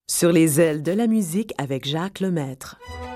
Sur les ailes de la musique avec Jacques Lemaître.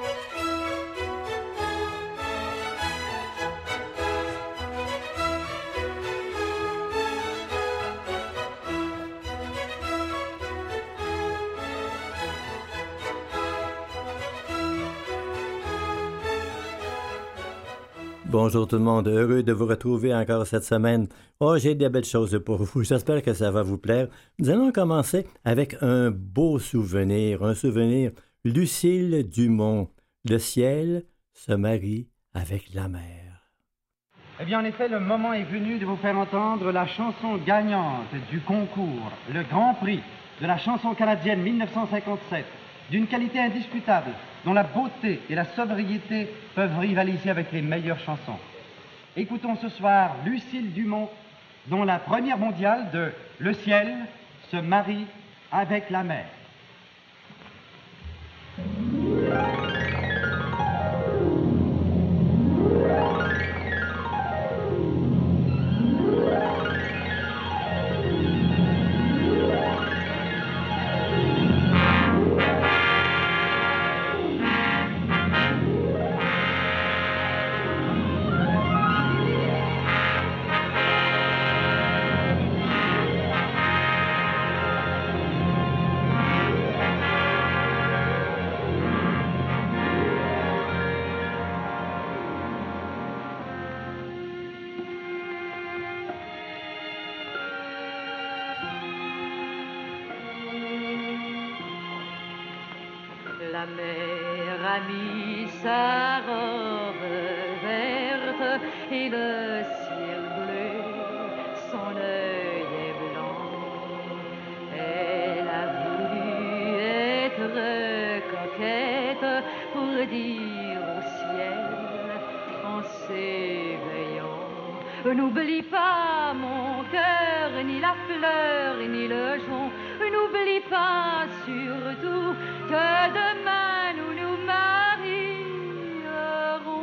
Bonjour tout le monde, heureux de vous retrouver encore cette semaine. Oh, j'ai de belles choses pour vous, j'espère que ça va vous plaire. Nous allons commencer avec un beau souvenir, un souvenir Lucille Dumont. Le ciel se marie avec la mer. Eh bien, en effet, le moment est venu de vous faire entendre la chanson gagnante du concours, le Grand Prix de la chanson canadienne 1957, d'une qualité indiscutable, dont la beauté et la sobriété peuvent rivaliser avec les meilleures chansons. Écoutons ce soir Lucille Dumont, dont la première mondiale de « Le ciel se marie avec la mer ». La mer a mis sa robe verte et le ciel bleu, son œil est blanc. Elle a voulu être coquette pour dire au ciel en s'éveillant: n'oublie pas mon cœur, ni la fleur, ni le jonc. N'oublie pas surtout que demain nous nous marierons.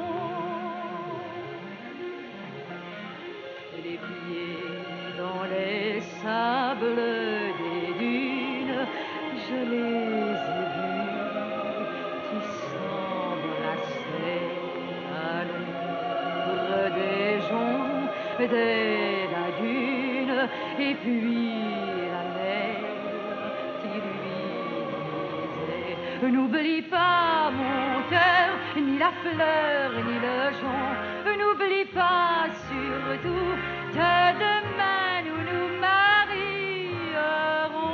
Les pieds dans les sables des dunes, je les ai vus qui s'embrassaient à l'ombre des joncs, des lagunes, et puis la mer qui lui disait: n'oublie pas mon cœur, ni la fleur, ni le jonc. N'oublie pas surtout que demain nous nous marierons.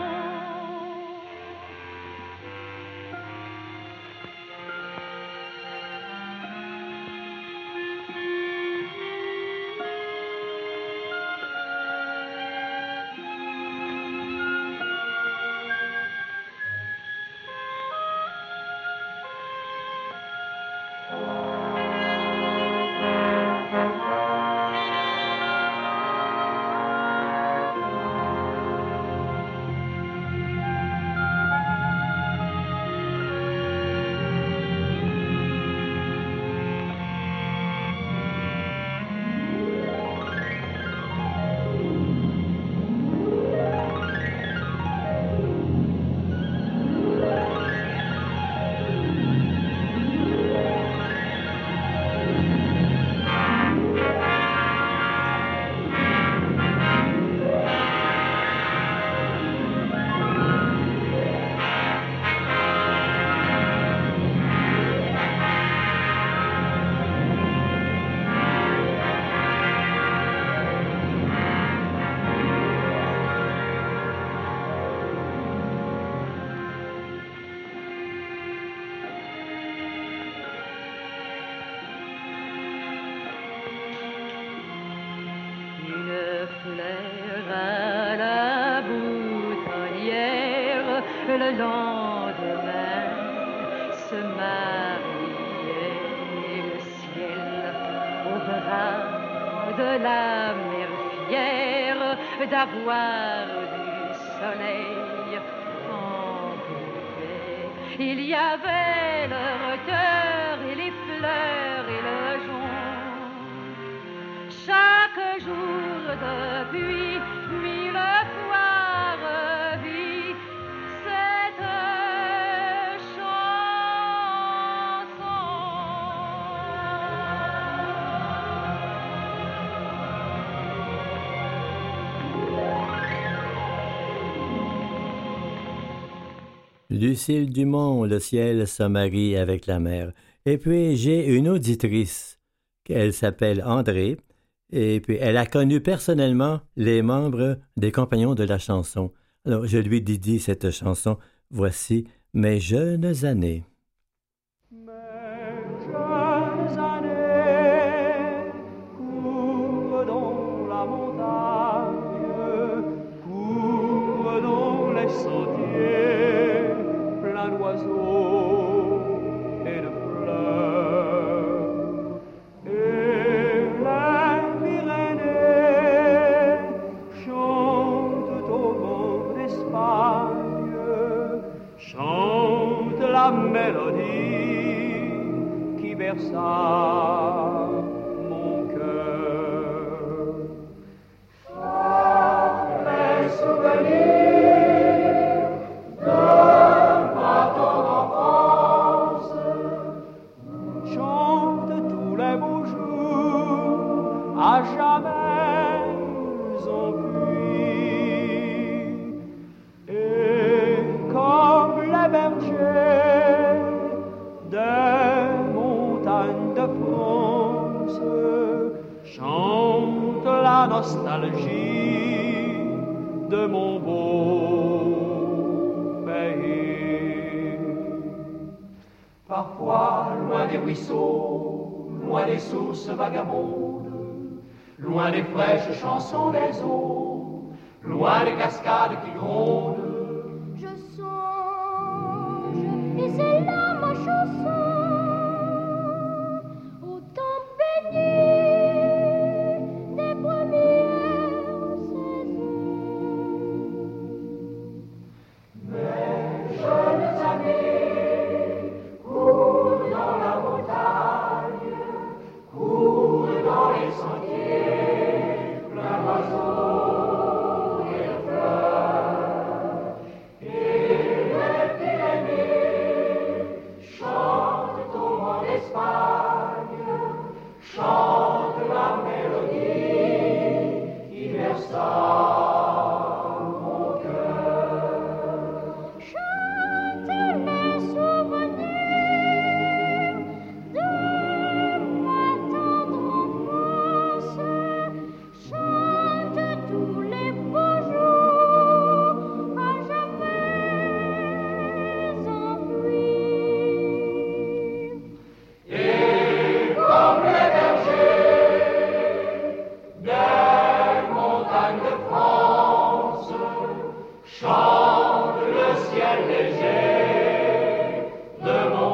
Le lendemain se mariait et le ciel au bras de la mer fière d'avoir du soleil en bouquet. Il y avait le cœur et les fleurs et le jonc. Chaque jour depuis 1000 fois revit cette Lucille Dumont, le ciel se marie avec la mer. Et puis, j'ai une auditrice, elle s'appelle André, et puis elle a connu personnellement les membres des Compagnons de la chanson. Alors, je lui dédie cette chanson. Voici Mes jeunes années. Mes jeunes années courent dans la montagne, courent dans les sentiers, plein d'oiseaux et de fleurs. Et les Pyrénées chantent au vent d'Espagne, chantent la mélodie qui berça mon cœur. Les souvenirs de ma tendre enfance chantent tous les beaux jours à jamais enfuis. Et comme les bergers des montagnes de France chante la nostalgie de mon beau pays. Parfois, loin des ruisseaux, loin des sources vagabondes, loin des fraîches chansons des eaux, loin des cascades qui grondent, Je songe, et c'est là ma chanson, au temps béni des premières saisons. jeunes années courent dans la montagne, courent dans les sentiers, plein d'oiseaux et de fleurs. Et les Pyrénées chantent au vent d'Espagne, chantent la mélodie qui berça mon cœur. Chante les souvenirs de ma tendre enfance, chante tous les beaux jours à jamais enfuis. Et comme les bergers des montagnes de France chantent le ciel léger de mon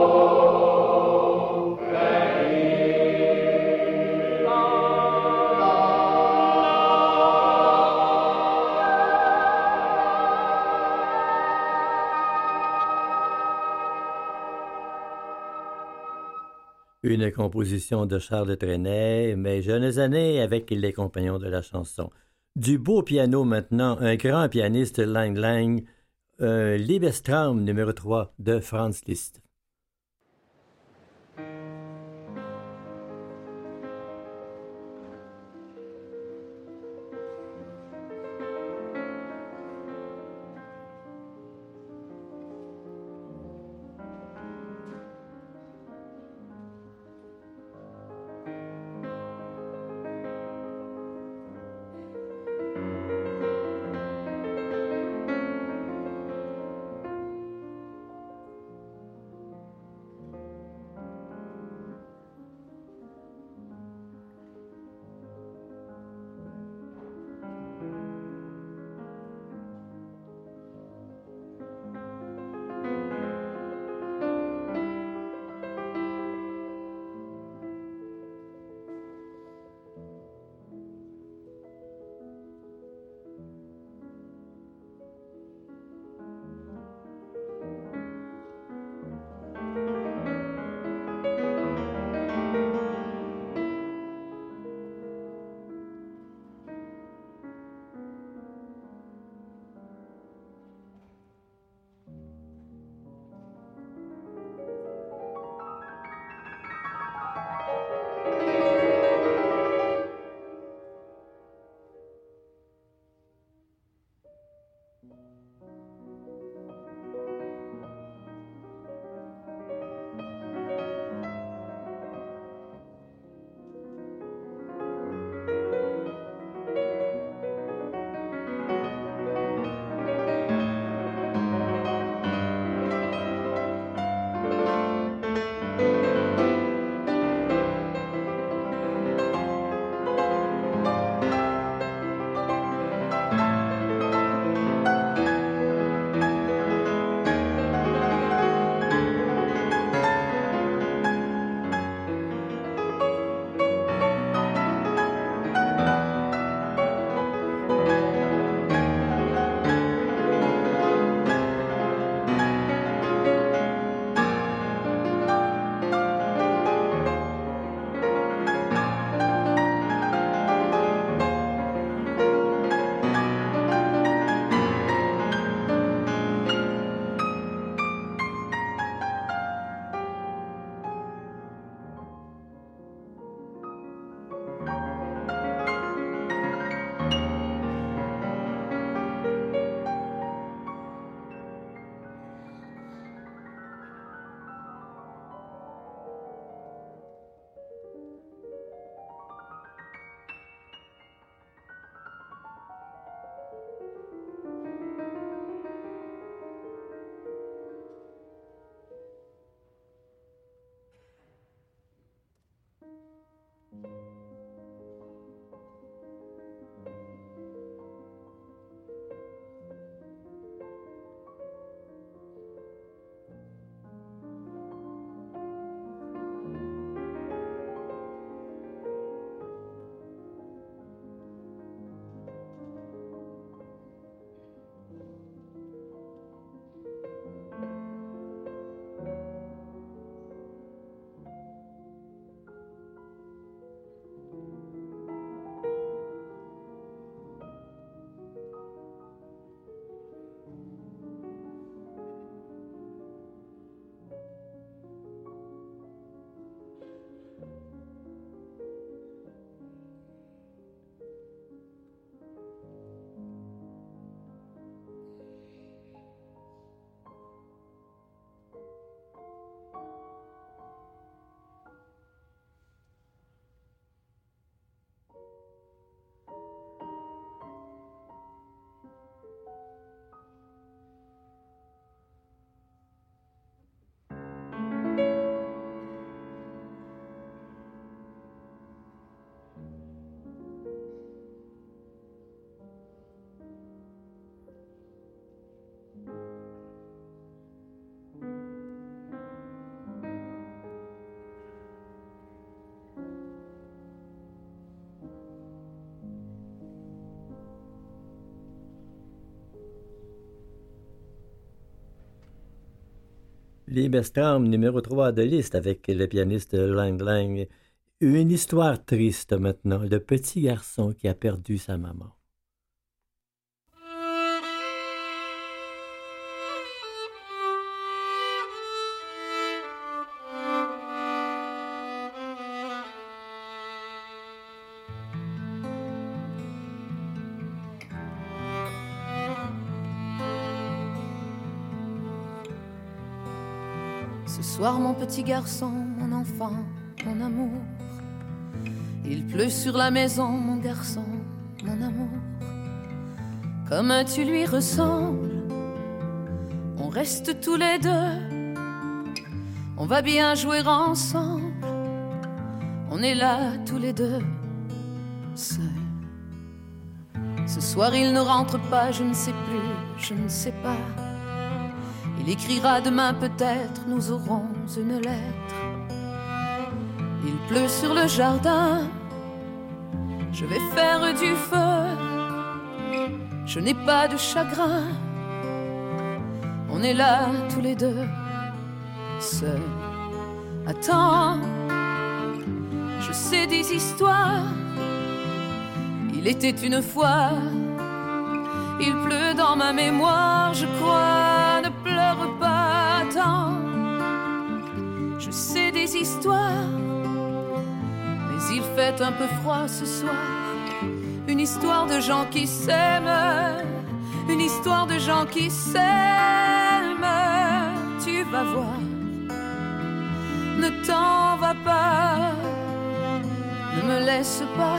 beau pays. Une composition de Charles Trenet, Mes jeunes années avec les Compagnons de la chanson. Du beau piano maintenant, un grand pianiste Lang Lang, Liebestraum numéro 3 de Franz Liszt. Liebestraum, numéro 3 de liste avec le pianiste Lang Lang. Une histoire triste maintenant, le petit garçon qui a perdu sa maman. Ce soir, mon petit garçon, mon enfant, mon amour, il pleut sur la maison, mon garçon, mon amour. Comme tu lui ressembles, on reste tous les deux, on va bien jouer ensemble, on est là tous les deux, seuls. Ce soir, il ne rentre pas, je ne sais plus, je ne sais pas. Il écrira demain peut-être, nous aurons une lettre. Il pleut sur le jardin, je vais faire du feu. Je n'ai pas de chagrin, on est là tous les deux, seuls. Attends, je sais des histoires. Il était une fois, il pleut dans ma mémoire, je crois, ne pleure pas tant. Je sais des histoires, mais il fait un peu froid ce soir. Une histoire de gens qui s'aiment, une histoire de gens qui s'aiment. Tu vas voir, ne t'en va pas, ne me laisse pas.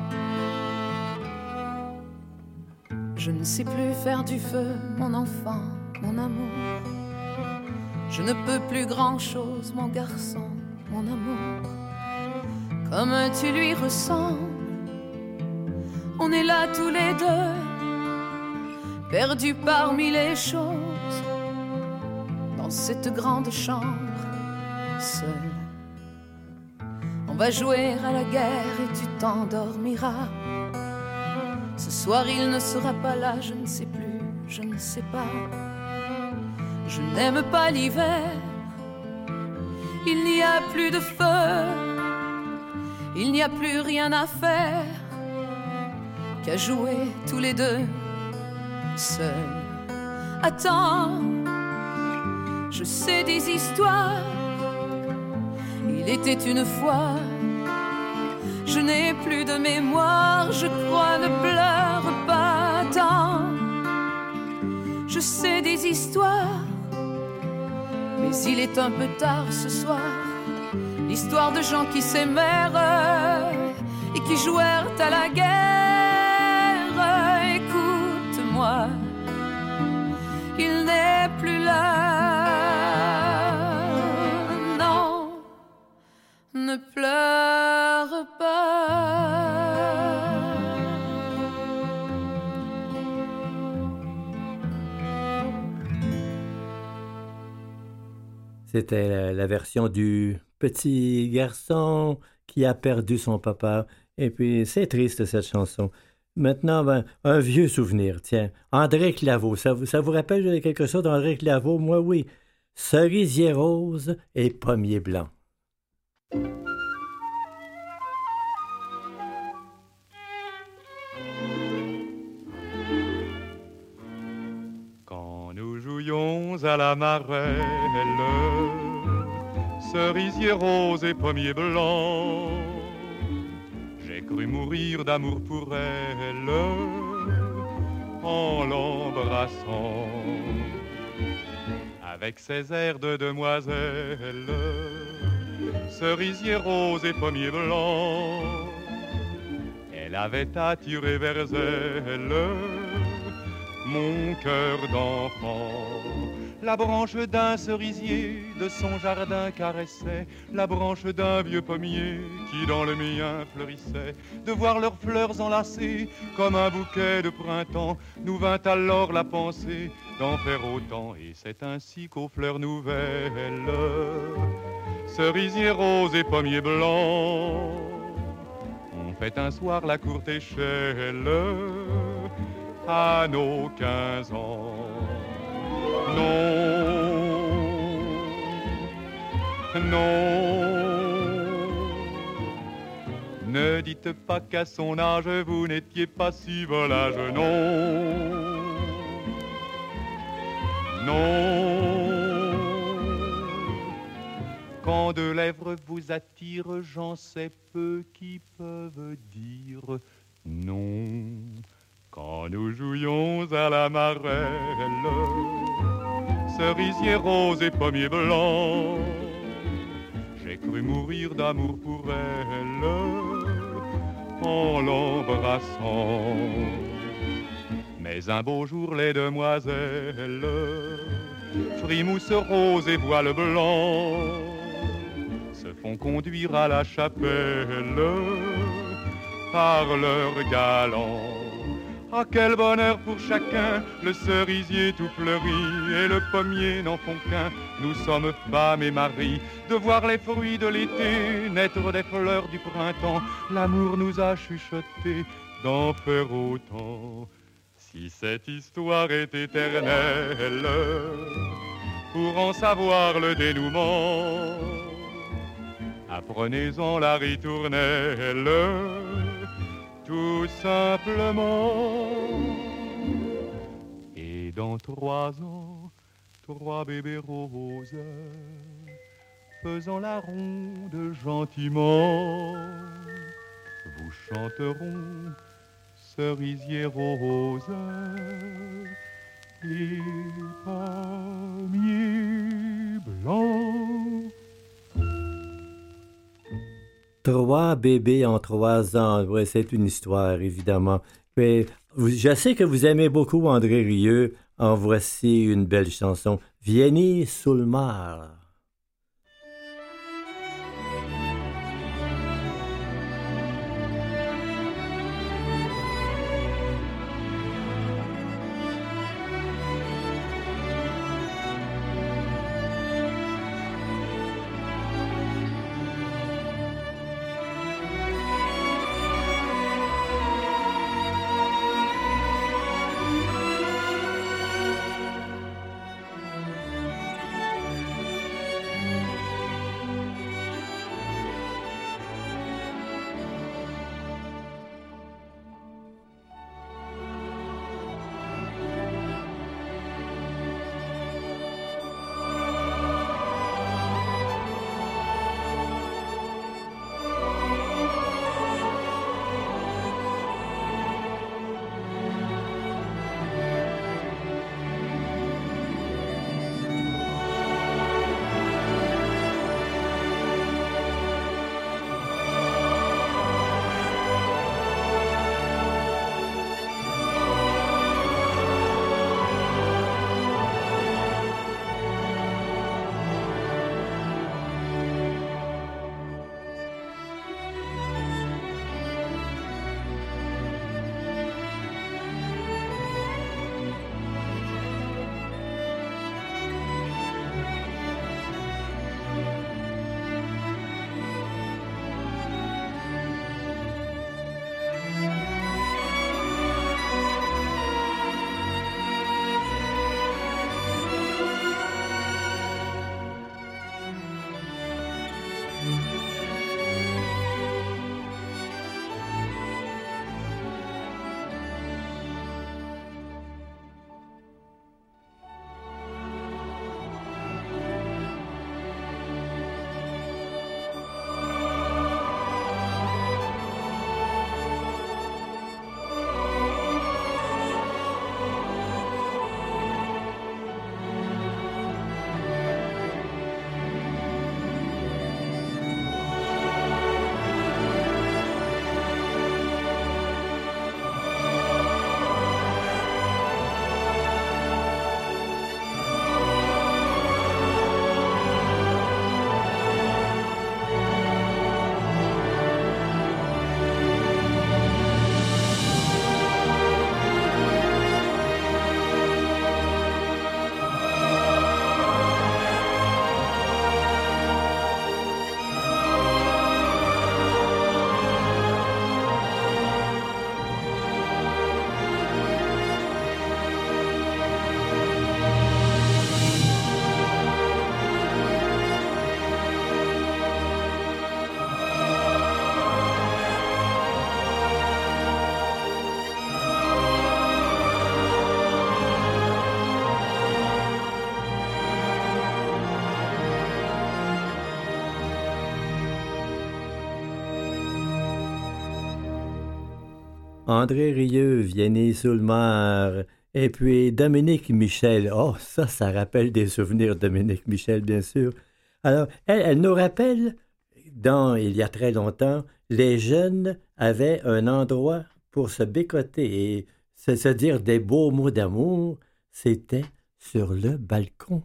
Je ne sais plus faire du feu, mon enfant, mon amour. Je ne peux plus grand-chose, mon garçon, mon amour. Comme tu lui ressembles, on est là tous les deux, perdus parmi les choses, dans cette grande chambre, seul. On va jouer à la guerre et tu t'endormiras. Ce soir il ne sera pas là, je ne sais plus, je ne sais pas. Je n'aime pas l'hiver, il n'y a plus de feu, il n'y a plus rien à faire qu'à jouer tous les deux, seuls. Attends, je sais des histoires, il était une fois. Je n'ai plus de mémoire, je crois, ne pleure pas tant. Je sais des histoires, mais il est un peu tard ce soir. L'histoire de gens qui s'aimèrent et qui jouèrent à la guerre. Écoute-moi, il n'est plus là. Non, ne pleure pas. C'était la version du petit garçon qui a perdu son papa. Et puis, c'est triste, cette chanson. Maintenant, un vieux souvenir, tiens. André Claveau, ça vous rappelle quelque chose d'André Claveau? Moi, oui. Cerisier rose et pommier blanc. Quand nous jouions à la marelle, cerisier rose et pommier blanc, j'ai cru mourir d'amour pour elle en l'embrassant. Avec ses airs de demoiselle, cerisier rose et pommier blanc, elle avait attiré vers elle mon cœur d'enfant. La branche d'un cerisier de son jardin caressait la branche d'un vieux pommier qui dans le mien fleurissait. De voir leurs fleurs enlacées comme un bouquet de printemps, nous vint alors la pensée d'en faire autant. Et c'est ainsi qu'aux fleurs nouvelles, cerisier rose et pommier blanc, on fait un soir la courte échelle à nos 15 ans. Non, Non, ne dites pas qu'à son âge vous n'étiez pas si volage, non, non. Quand deux lèvres vous attirent, j'en sais peu qui peuvent dire non. Quand nous jouions à la marelle, cerisier rose et pommier blanc, j'ai cru mourir d'amour pour elle en l'embrassant. Mais un beau jour, les demoiselles, frimousse rose et voile blanc, se font conduire à la chapelle par leurs galants. Ah, quel bonheur pour chacun, le cerisier tout fleuri et le pommier n'en font qu'un. Nous sommes femmes et maris, de voir les fruits de l'été naître des fleurs du printemps. L'amour nous a chuchoté d'en faire autant. Si cette histoire est éternelle, pour en savoir le dénouement, apprenez-en la ritournelle, tout simplement. Et dans 3 ans, 3 bébés roses, faisant la ronde gentiment, vous chanteront cerisier rose et pommier blanc. 3 bébés en 3 ans. Ouais, c'est une histoire, évidemment. Mais je sais que vous aimez beaucoup André Rieu. En voici une belle chanson. Vieni sul mar. André Rieu, Vienny-sous-le-Mar, et puis Dominique Michel. Oh, ça rappelle des souvenirs, Dominique Michel, bien sûr. Alors, elle nous rappelle, il y a très longtemps, les jeunes avaient un endroit pour se bécoter et se dire des beaux mots d'amour. C'était sur le balcon.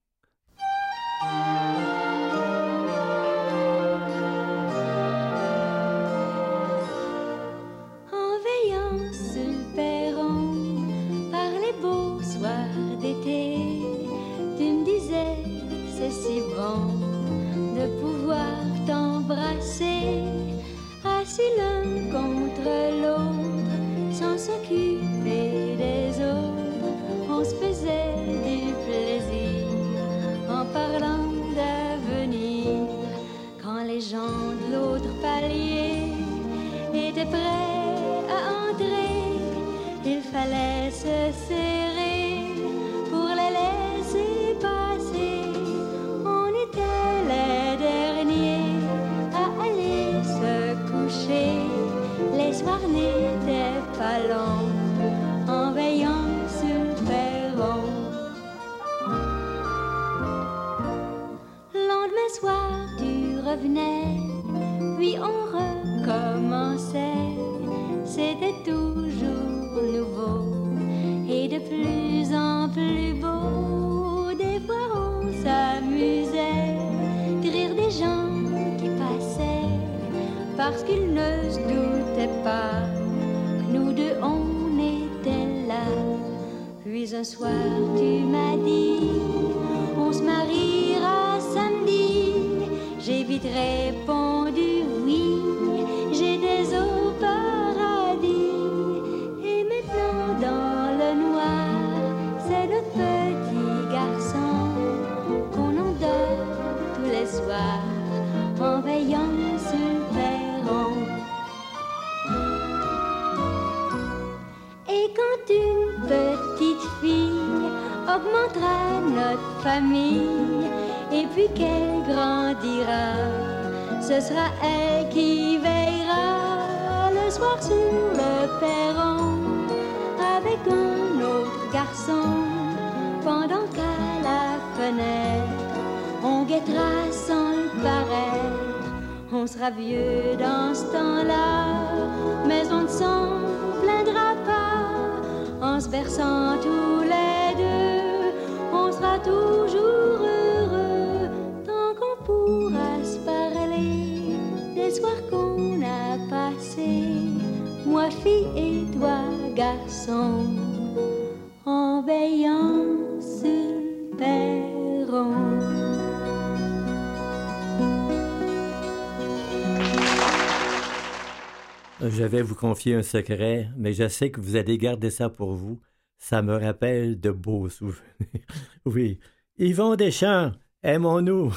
En veillant sur le perron, par les beaux soirs d'été, tu me disais, c'est si bon de pouvoir t'embrasser, assis l'un contre l'autre, sans s'occuper des autres. On se faisait du plaisir en parlant d'avenir, quand les gens de l'autre palier étaient prêts à entrer. Il fallait se serrer pour les laisser passer. On était les derniers à aller se coucher. Les soirs n'étaient pas longs en veillant sur le perron. Lendemain soir tu revenais, puis on recommençait. C'était toujours nouveau et de plus en plus beau. Des fois on s'amusait de rire des gens qui passaient, parce qu'ils ne se doutaient pas que nous deux on était là. Puis un soir tu m'as dit, on se mariera samedi. J'ai vite répondu oui, j'étais au paradis. Et maintenant dans le noir, c'est notre petit garçon qu'on endort tous les soirs en veillant sur le perron. Et quand une petite fille augmentera notre famille, et puis qu'elle grandira, ce sera elle qui veillera le soir sur le perron avec un autre garçon, pendant qu'à la fenêtre on guettera sans le paraître. On sera vieux dans ce temps-là, mais on ne s'en plaindra pas. En se berçant tous les deux, on sera toujours heureux, tant qu'on pourra se parler des soirs qu'on a passés, moi fille et toi garçon, en veillant sur le perron. Je vais vous confier un secret, mais je sais que vous allez garder ça pour vous. Ça me rappelle de beaux souvenirs. Oui. Yvon Deschamps, aimons-nous.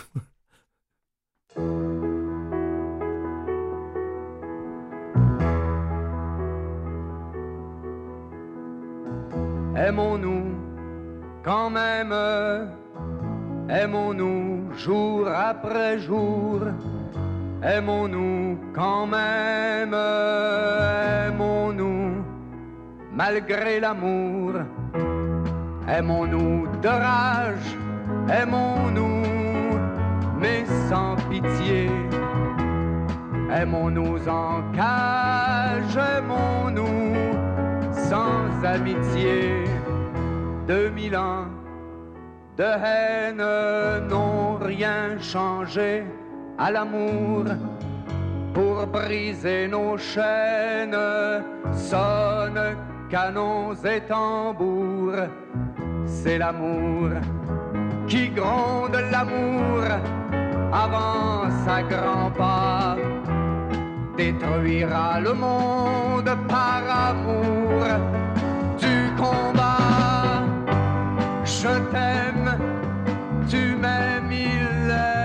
Aimons-nous quand même, aimons-nous jour après jour. Aimons-nous quand même, aimons-nous malgré l'amour. Aimons-nous de rage, aimons-nous mais sans pitié. Aimons-nous en cage, aimons-nous sans amitié. 2000 ans de haine n'ont rien changé à l'amour. Pour briser nos chaînes, sonnent canons et tambours. C'est l'amour qui gronde, l'amour avance à grands pas, détruira le monde par amour du combat. Je t'aime, tu m'aimes, il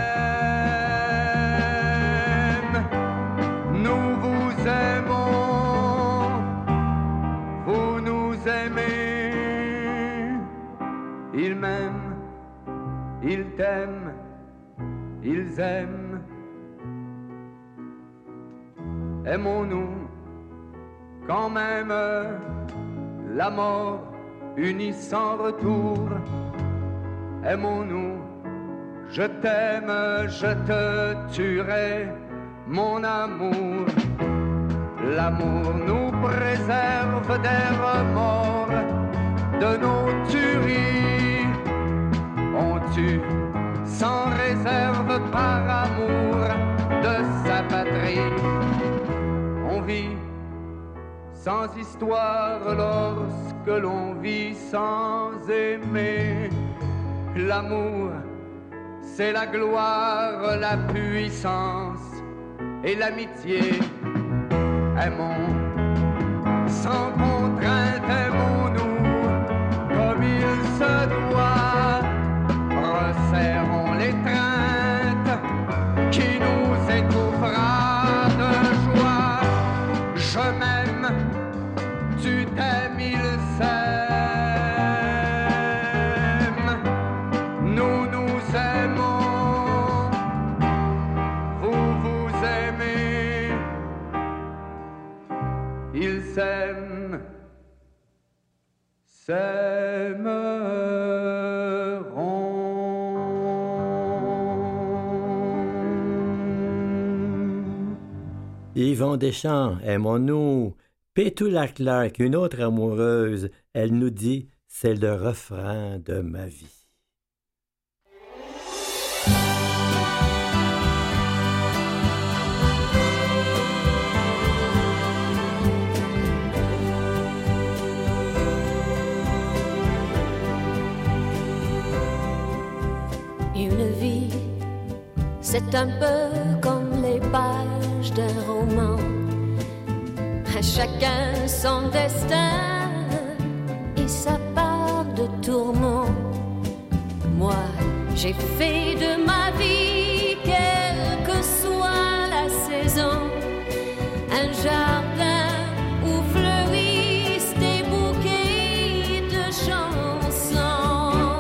l'aime. Nous vous aimons, vous nous aimez. Il m'aime, il t'aime, ils aiment. Aimons-nous quand même la mort unit sans retour. Aimons-nous, je t'aime, je te tuerai, mon amour. L'amour nous préserve des remords, de nos tueries. On tue sans réserve par amour de sa patrie. On vit sans histoire lorsque l'on vit sans aimer. L'amour, c'est la gloire, la puissance et l'amitié. Aimons sans contrainte, aimons-nous comme il se doit. Resserrons l'étreinte qui nous étouffera de joie. Je m'aime, tu t'aimes, il s'aime. Nous nous aimons, vous vous aimez. Ils s'aiment, s'aimeront. Yvon Deschamps, aimons-nous. Petula Clark, une autre amoureuse, elle nous dit « c'est le refrain de ma vie ». Une vie, c'est un peu comme les pages d'un roman. À chacun son destin et sa part de tourments. Moi, j'ai fait de ma vie, quelle que soit la saison, un jardin où fleurissent des bouquets de chansons.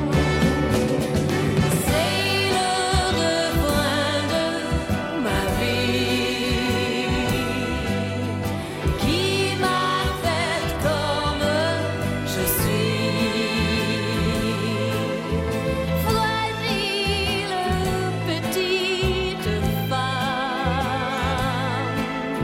C'est le refrain de ma vie qui m'a faite comme je suis. Fragile petite femme,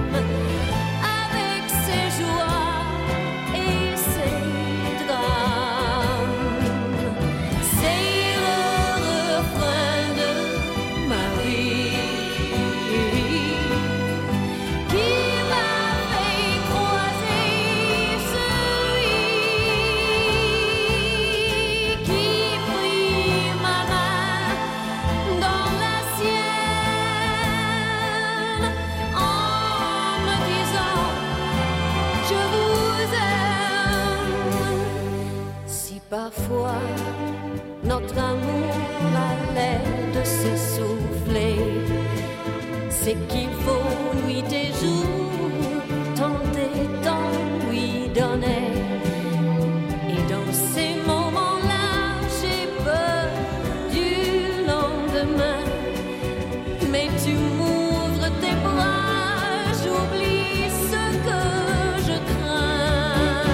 avec ses joies et ses drames. C'est le refrain de ma vie qui m'a fait croiser celui qui prit ma main dans la sienne en me disant je vous aime. Si parfois notre amour a l'air de s'essouffler, c'est qu'il faut nuit et jour tenter tant lui donner. Et dans ces moments-là, j'ai peur du lendemain. Mais tu m'ouvres tes bras, j'oublie ce que je crains.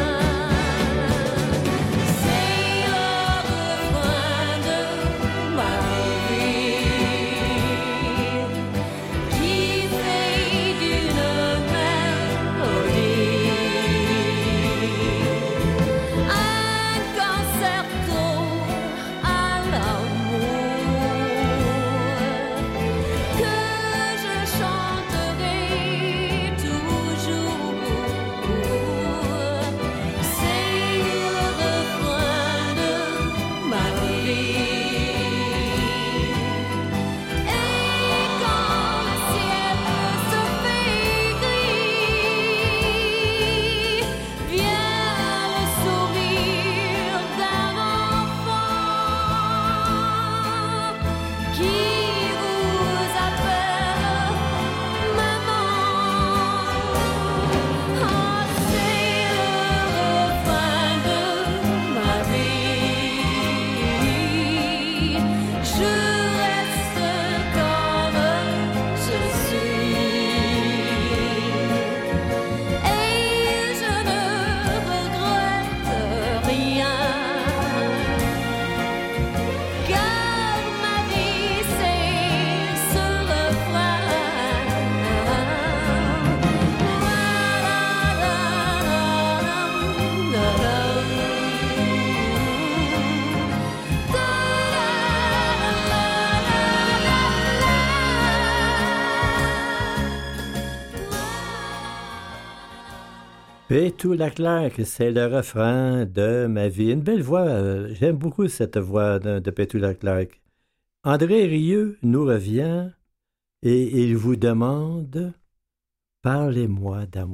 C'est le refrain de ma vie qui fait d'une mélodie un concerto à l'amour que je chanterai toujours. C'est le refrain de ma vie. Et quand le ciel se fait gris, vient le sourire d'un enfant qui vous appelle maman. Ah, c'est le refrain de ma vie. Je reste comme je suis. Et Pétula Clark, c'est le refrain de ma vie. Une belle voix, j'aime beaucoup cette voix de Pétula Clark. André Rieu nous revient et il vous demande « Parlez-moi d'amour ».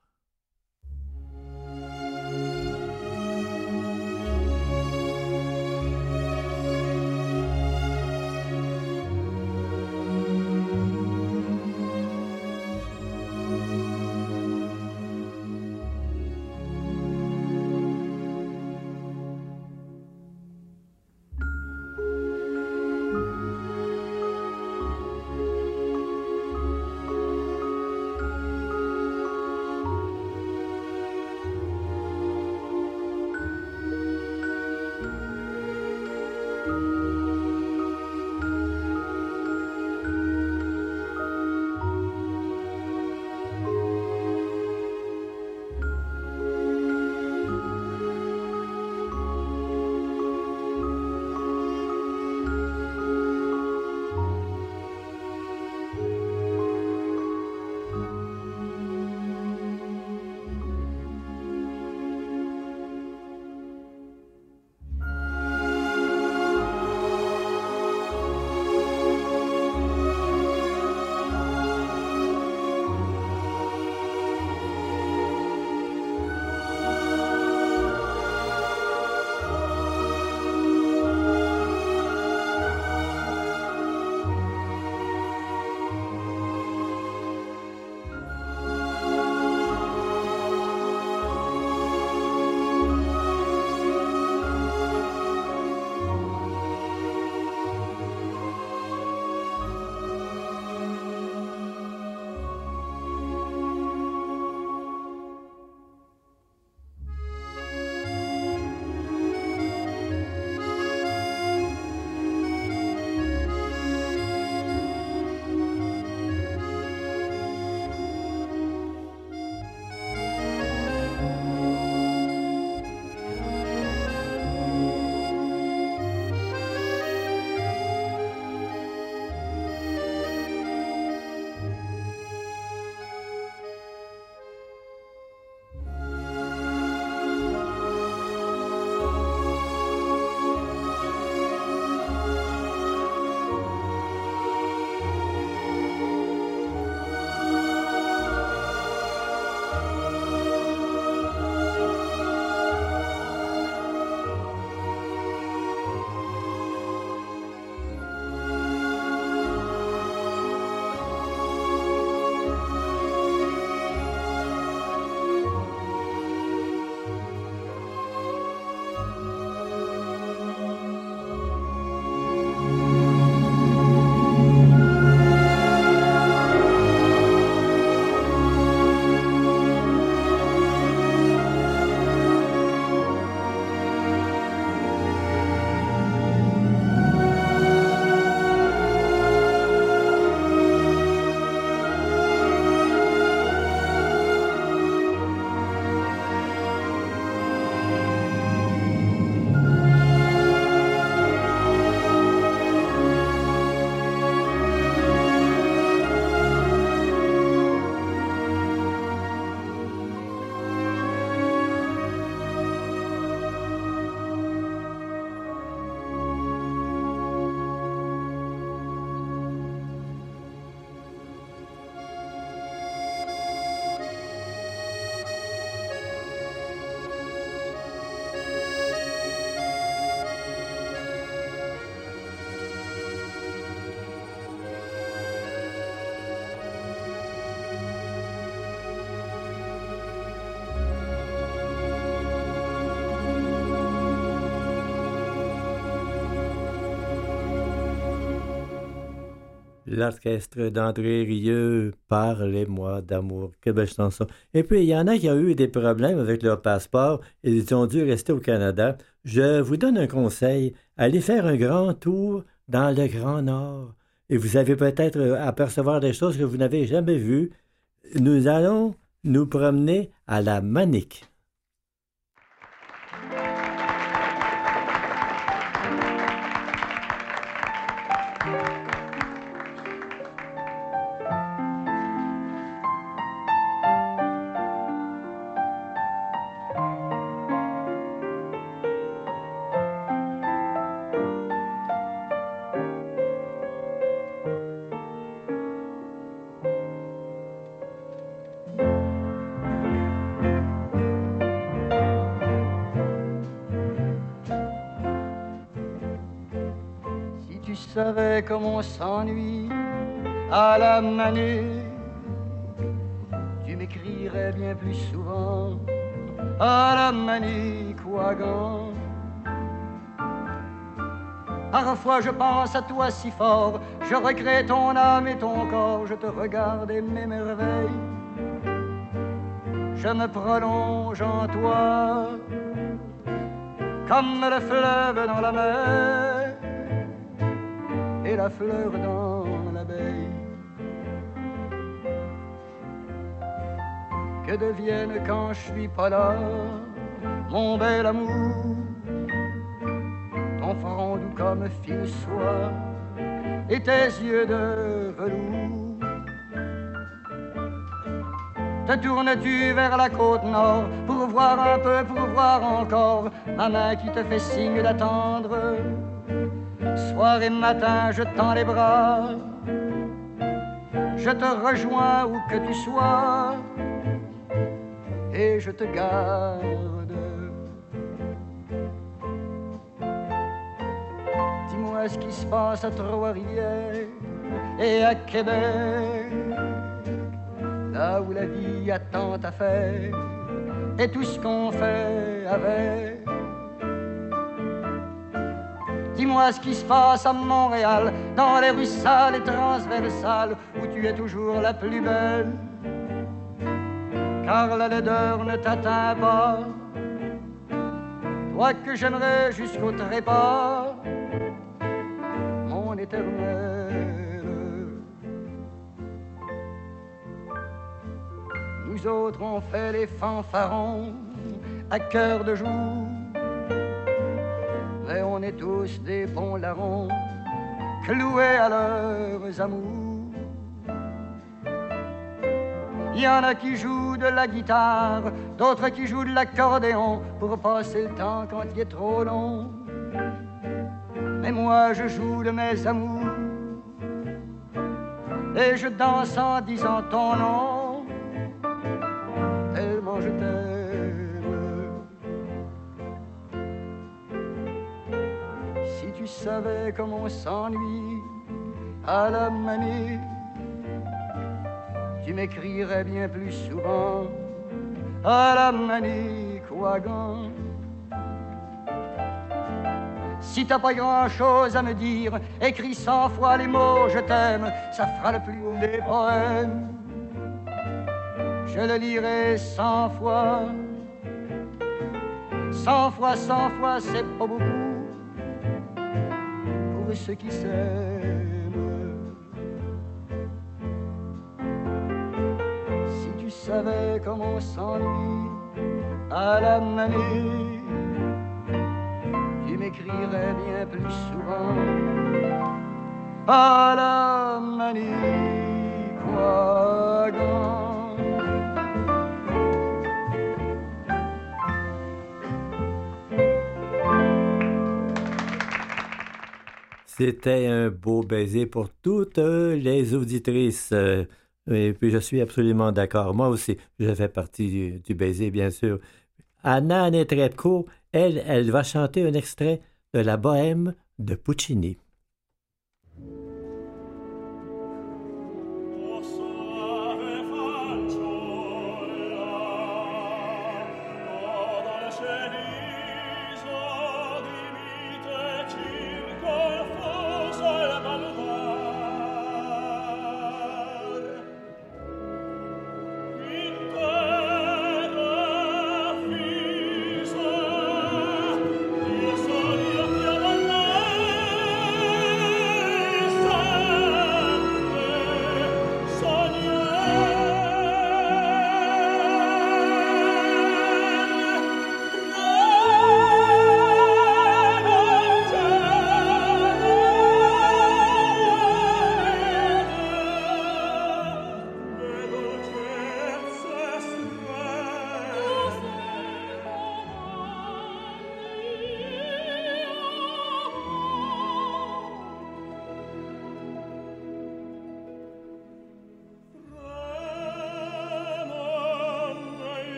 L'orchestre d'André Rieu, Parlez-moi d'amour. Quelle belle chanson. Et puis, il y en a qui ont eu des problèmes avec leur passeport et ils ont dû rester au Canada. Je vous donne un conseil. Allez faire un grand tour dans le Grand Nord. Et vous allez peut-être apercevoir des choses que vous n'avez jamais vues. Nous allons nous promener à la Manique. savais comme on s'ennuie à la manée, tu m'écrirais bien plus souvent à la Manicouagan. Parfois je pense à toi si fort, je recrée ton âme et ton corps, je te regarde et m'émerveille, je me prolonge en toi comme le fleuve dans la mer et la fleur dans l'abeille. Que devienne quand je suis pas là mon bel amour, ton front doux comme fil soie et tes yeux de velours. Te tournes-tu vers la côte nord pour voir un peu, pour voir encore ma main qui te fait signe d'attendre? Soir et matin je tends les bras, je te rejoins où que tu sois et je te garde. Dis-moi ce qui se passe à Trois-Rivières et à Québec, là où la vie a tant à faire et tout ce qu'on fait avec. Dis-moi ce qui se passe à Montréal, dans les rues sales et transversales, où tu es toujours la plus belle, car la laideur ne t'atteint pas. Toi que j'aimerais jusqu'au trépas, mon éternel. Nous autres on fait les fanfarons à cœur de jour, mais on est tous des bons larrons, cloués à leurs amours. Il y en a qui jouent de la guitare, d'autres qui jouent de l'accordéon pour passer le temps quand il est trop long. Mais moi je joue de mes amours et je danse en disant ton nom, tellement je t'aime. Si tu savais comme on s'ennuie à la manie, tu m'écrirais bien plus souvent à la Manicouagan. Si t'as pas grand-chose à me dire, écris 100 fois les mots je t'aime, ça fera le plus haut des poèmes. Je le lirai 100 fois, 100 fois, 100 fois, c'est pas beaucoup pour ceux qui s'aiment. Si tu savais comme on s'ennuie à la manée, tu m'écrirais bien plus souvent à la Manicouagan. C'était un beau baiser pour toutes les auditrices. Et puis, je suis absolument d'accord. Moi aussi, je fais partie du baiser, bien sûr. Anna Netrebko, elle va chanter un extrait de la Bohème de Puccini. Io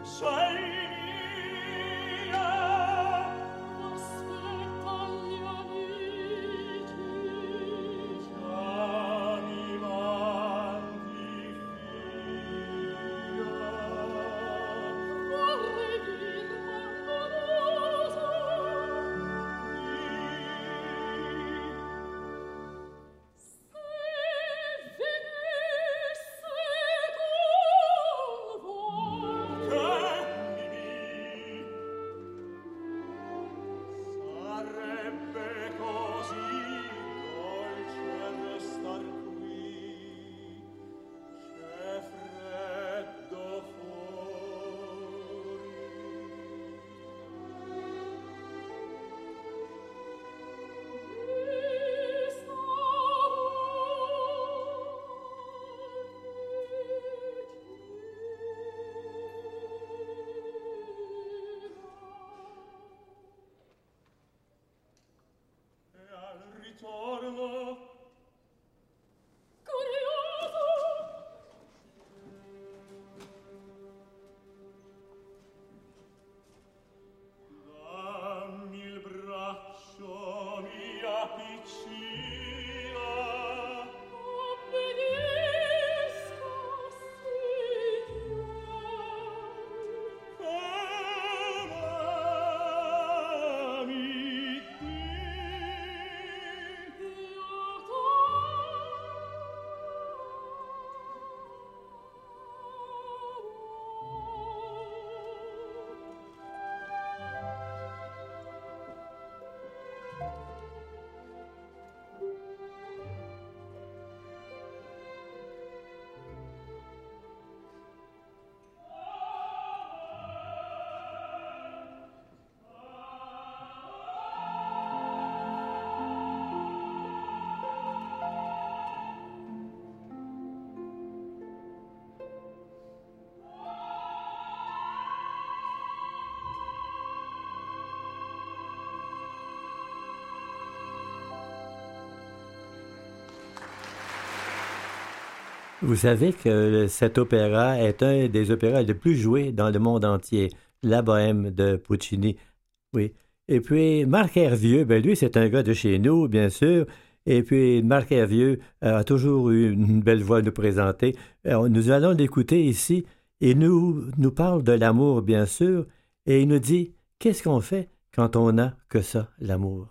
Vous savez que cet opéra est un des opéras les plus joués dans le monde entier, La Bohème de Puccini. Oui. Et puis, Marc Hervieux, ben lui, c'est un gars de chez nous, bien sûr. Et puis, Marc Hervieux a toujours eu une belle voix à nous présenter. Nous allons l'écouter ici. Il nous parle de l'amour, bien sûr. Et il nous dit, qu'est-ce qu'on fait quand on n'a que ça, l'amour?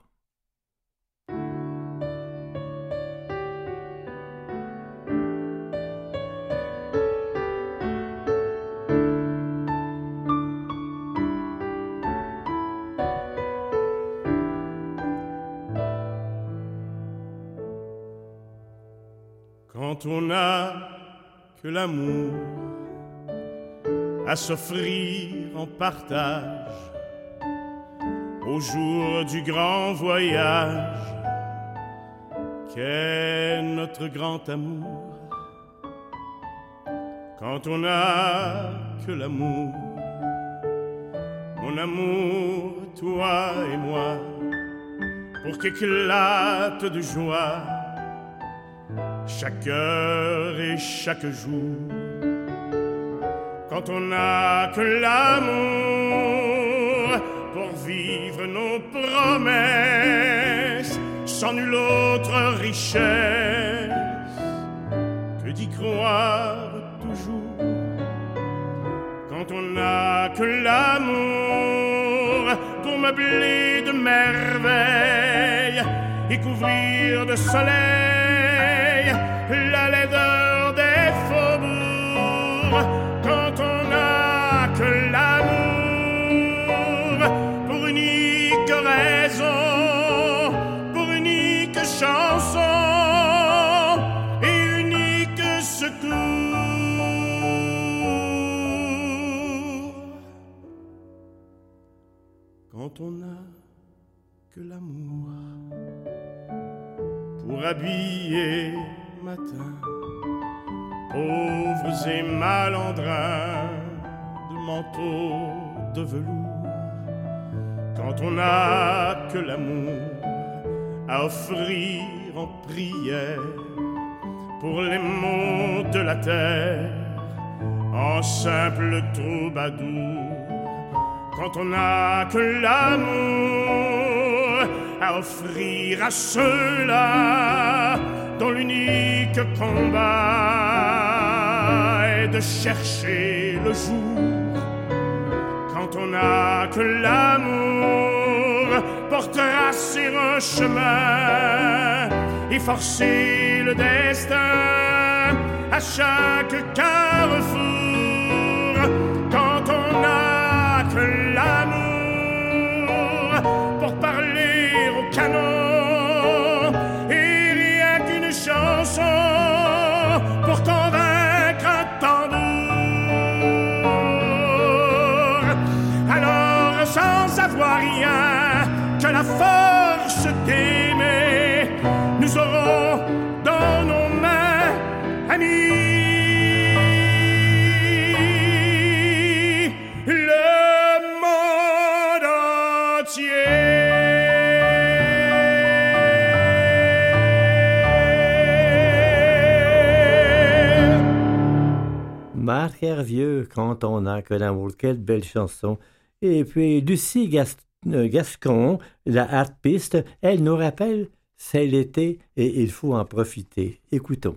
Quand on n'a que l'amour à s'offrir en partage au jour du grand voyage qu'est notre grand amour. Quand on n'a que l'amour, mon amour, toi et moi, pour qu'éclate de joie chaque heure et chaque jour. Quand on n'a que l'amour pour vivre nos promesses, sans nulle autre richesse que d'y croire toujours. Quand on n'a que l'amour pour meubler de merveilles et couvrir de soleil la laideur des faubourgs. Quand on n'a que l'amour pour unique raison, pour unique chanson et unique secours. Quand on n'a que l'amour pour habiller matin pauvres et malandrins de manteaux de velours. Quand on n'a que l'amour à offrir en prière pour les maux de la terre, en simple troubadour, quand on n'a que l'amour à offrir à ceux-là dont l'unique combat est de chercher le jour. Quand on n'a que l'amour pour tracer un chemin et forcer le destin à chaque carrefour. Quand on n'a que l'amour pour parler au canon et rien qu'une chanson pour convaincre un tambour. Alors sans savoir rien que la force d'aimer, nous aurons dans nos mains, amis, Marc Hervieux, quand on n'a que l'amour, quelle belle chanson. Et puis Lucie Gascon, la harpiste, elle nous rappelle, c'est l'été et il faut en profiter. Écoutons.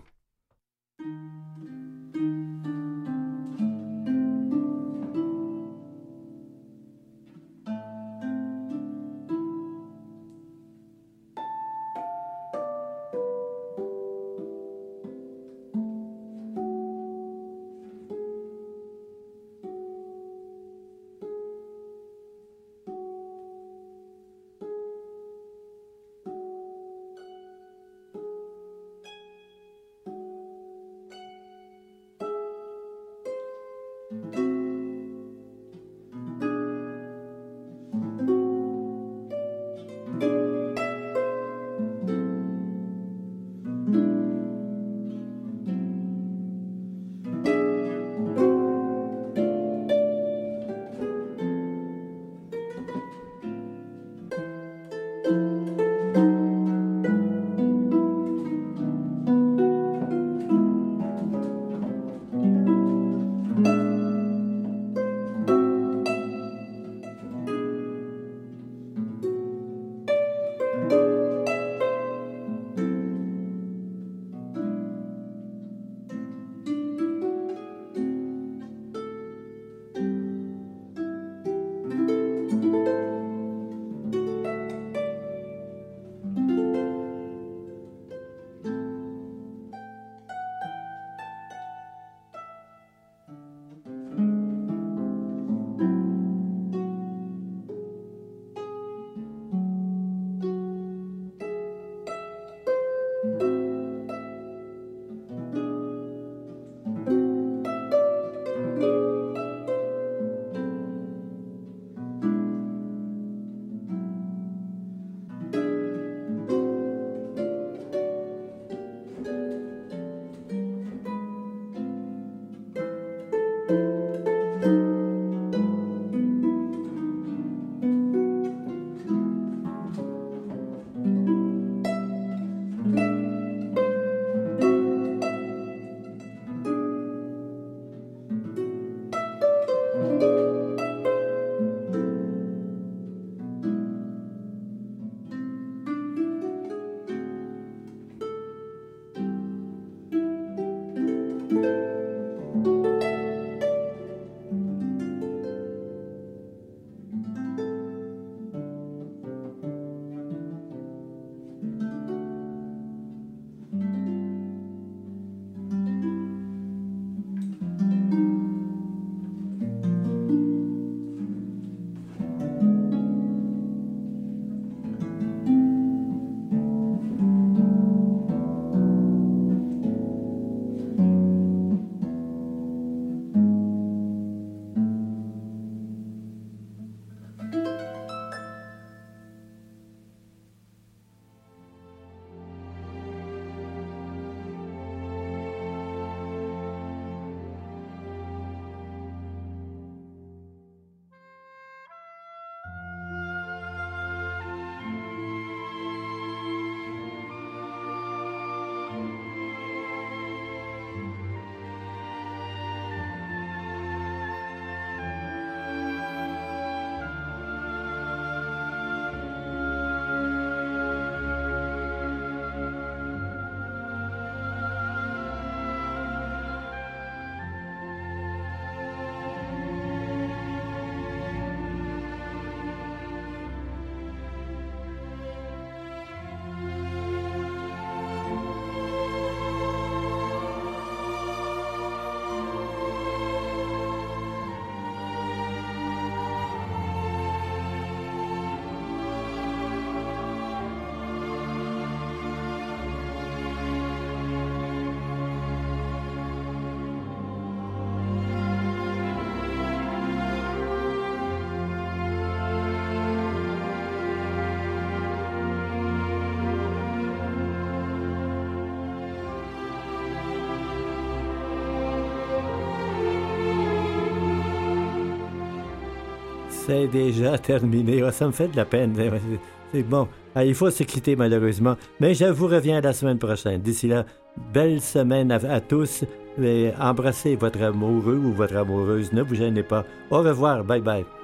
C'est déjà terminé. Oh, ça me fait de la peine. C'est bon. Ah, il faut se quitter, malheureusement. Mais je vous reviens la semaine prochaine. D'ici là, belle semaine à tous. Et embrassez votre amoureux ou votre amoureuse. Ne vous gênez pas. Au revoir. Bye bye.